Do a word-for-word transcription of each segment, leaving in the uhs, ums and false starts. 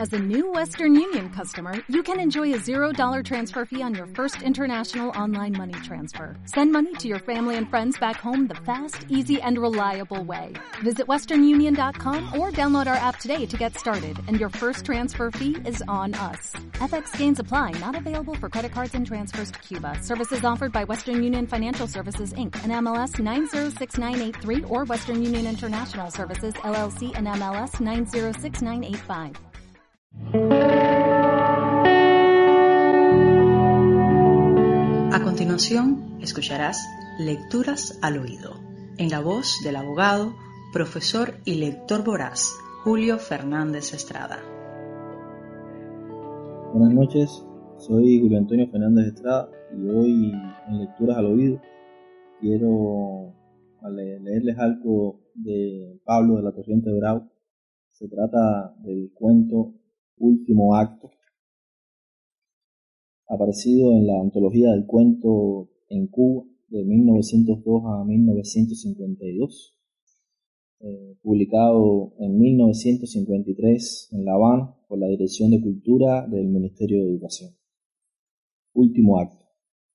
As a new Western Union customer, you can enjoy a zero dollar transfer fee on your first international online money transfer. Send money to your family and friends back home the fast, easy, and reliable way. Visit western union dot com or download our app today to get started, and your first transfer fee is on us. F X gains apply, not available for credit cards and transfers to Cuba. Services offered by Western Union Financial Services, Incorporated, and M L S nine zero six nine eight three or Western Union International Services, L L C, and M L S nine zero six nine eight five. A continuación, escucharás Lecturas al Oído, en la voz del abogado, profesor y lector voraz, Julio Fernández Estrada. Buenas noches, soy Julio Antonio Fernández Estrada y hoy en Lecturas al Oído quiero leerles algo de Pablo de la Torriente Bravo. Se trata del cuento Último Acto, aparecido en la antología del cuento en Cuba de mil novecientos dos a mil novecientos cincuenta y dos, eh, publicado en mil novecientos cincuenta y tres en La Habana por la Dirección de Cultura del Ministerio de Educación. Último acto.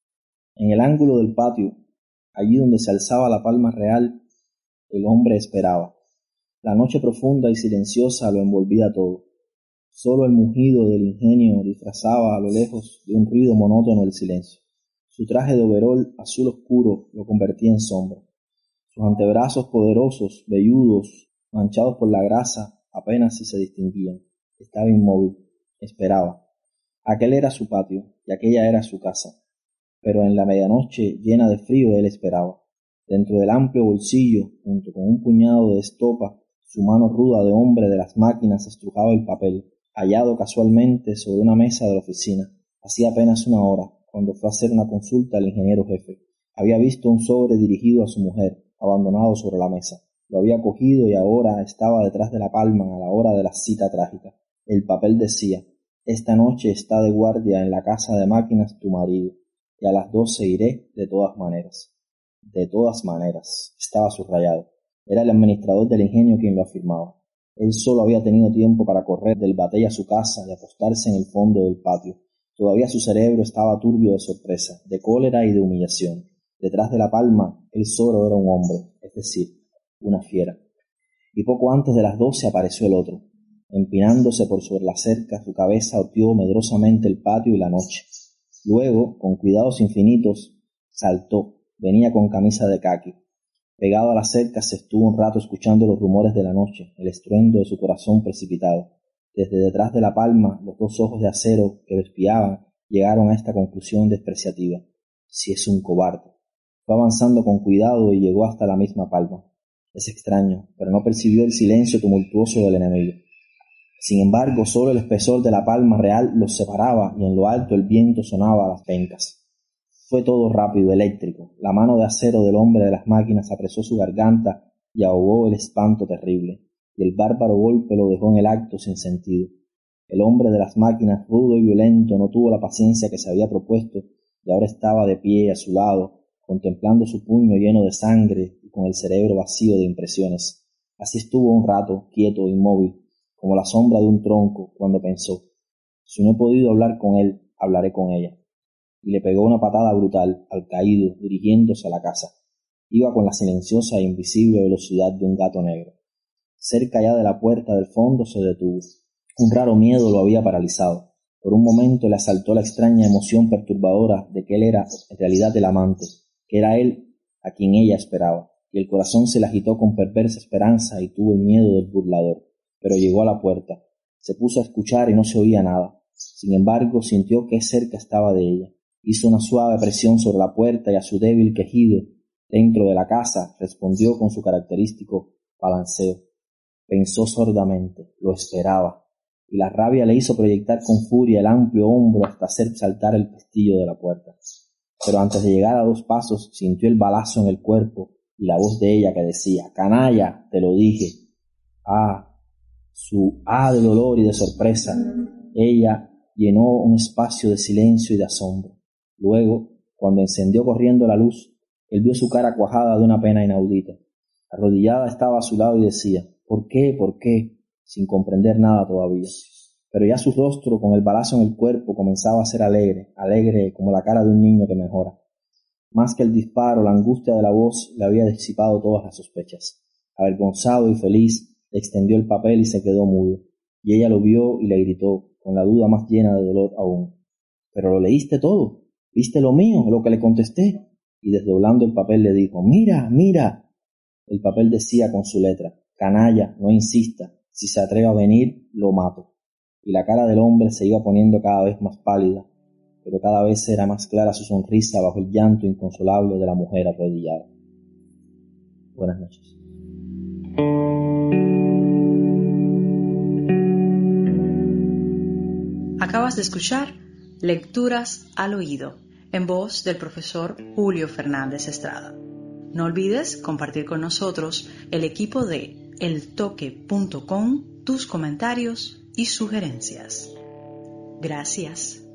En el ángulo del patio, allí donde se alzaba la palma real, el hombre esperaba. La noche profunda y silenciosa lo envolvía todo. Solo el mugido del ingenio disfrazaba a lo lejos de un ruido monótono el silencio. Su traje de overol azul oscuro lo convertía en sombra. Sus antebrazos poderosos, velludos, manchados por la grasa, apenas si se distinguían. Estaba inmóvil, esperaba. Aquel era su patio y aquella era su casa. Pero en la medianoche llena de frío él esperaba. Dentro del amplio bolsillo, junto con un puñado de estopa, su mano ruda de hombre de las máquinas estrujaba el papel, hallado casualmente sobre una mesa de la oficina. Hacía apenas una hora, cuando fue a hacer una consulta al ingeniero jefe. Había visto un sobre dirigido a su mujer, abandonado sobre la mesa. Lo había cogido y ahora estaba detrás de la palma a la hora de la cita trágica. El papel decía: esta noche está de guardia en la casa de máquinas tu marido, y a las doce iré de todas maneras. De todas maneras, estaba subrayado. Era el administrador del ingenio quien lo afirmaba. Él solo había tenido tiempo para correr del batey a su casa y acostarse en el fondo del patio. Todavía su cerebro estaba turbio de sorpresa, de cólera y de humillación. Detrás de la palma, él solo era un hombre, es decir, una fiera. Y poco antes de las doce apareció el otro. Empinándose por sobre la cerca, su cabeza oteó medrosamente el patio y la noche. Luego, con cuidados infinitos, saltó. Venía con camisa de caqui. Pegado a la cerca se estuvo un rato escuchando los rumores de la noche, el estruendo de su corazón precipitado. Desde detrás de la palma, los dos ojos de acero que lo espiaban llegaron a esta conclusión despreciativa. Si es un cobarde. Fue avanzando con cuidado y llegó hasta la misma palma. Es extraño, pero no percibió el silencio tumultuoso del enemigo. Sin embargo, solo el espesor de la palma real los separaba y en lo alto el viento sonaba a las pencas. Fue todo rápido, eléctrico. La mano de acero del hombre de las máquinas apresó su garganta y ahogó el espanto terrible, y el bárbaro golpe lo dejó en el acto sin sentido. El hombre de las máquinas, rudo y violento, no tuvo la paciencia que se había propuesto y ahora estaba de pie a su lado, contemplando su puño lleno de sangre y con el cerebro vacío de impresiones. Así estuvo un rato, quieto, inmóvil, como la sombra de un tronco, cuando pensó: si no he podido hablar con él, hablaré con ella. Y le pegó una patada brutal al caído, dirigiéndose a la casa. Iba con la silenciosa e invisible velocidad de un gato negro. Cerca ya de la puerta del fondo se detuvo. Un raro miedo lo había paralizado. Por un momento le asaltó la extraña emoción perturbadora de que él era en realidad el amante, que era él a quien ella esperaba, y el corazón se le agitó con perversa esperanza y tuvo el miedo del burlador. Pero llegó a la puerta. Se puso a escuchar y no se oía nada. Sin embargo, sintió que cerca estaba de ella. Hizo una suave presión sobre la puerta y a su débil quejido dentro de la casa respondió con su característico balanceo. Pensó sordamente, lo esperaba, y la rabia le hizo proyectar con furia el amplio hombro hasta hacer saltar el pestillo de la puerta. Pero antes de llegar a dos pasos sintió el balazo en el cuerpo y la voz de ella que decía: «Canalla, te lo dije». Ah, su ah de dolor y de sorpresa. Ella llenó un espacio de silencio y de asombro. Luego, cuando encendió corriendo la luz, él vio su cara cuajada de una pena inaudita. Arrodillada estaba a su lado y decía: «¿Por qué? ¿Por qué?», sin comprender nada todavía. pero ya su rostro, con el balazo en el cuerpo, comenzaba a ser alegre, alegre como la cara de un niño que mejora. Más que el disparo, la angustia de la voz le había disipado todas las sospechas. Avergonzado y feliz, le extendió el papel y se quedó mudo, y ella lo vio y le gritó, con la duda más llena de dolor aún: «¿Pero lo leíste todo? ¿Viste lo mío, lo que le contesté?» Y desdoblando el papel le dijo: «Mira, mira». El papel decía con su letra: «Canalla, no insista, si se atreve a venir, lo mato». Y la cara del hombre se iba poniendo cada vez más pálida, pero cada vez era más clara su sonrisa bajo el llanto inconsolable de la mujer arrodillada. Buenas noches. Acabas de escuchar Lecturas al Oído, en voz del profesor Julio Fernández Estrada. No olvides compartir con nosotros, el equipo de el toque punto com, tus comentarios y sugerencias. Gracias.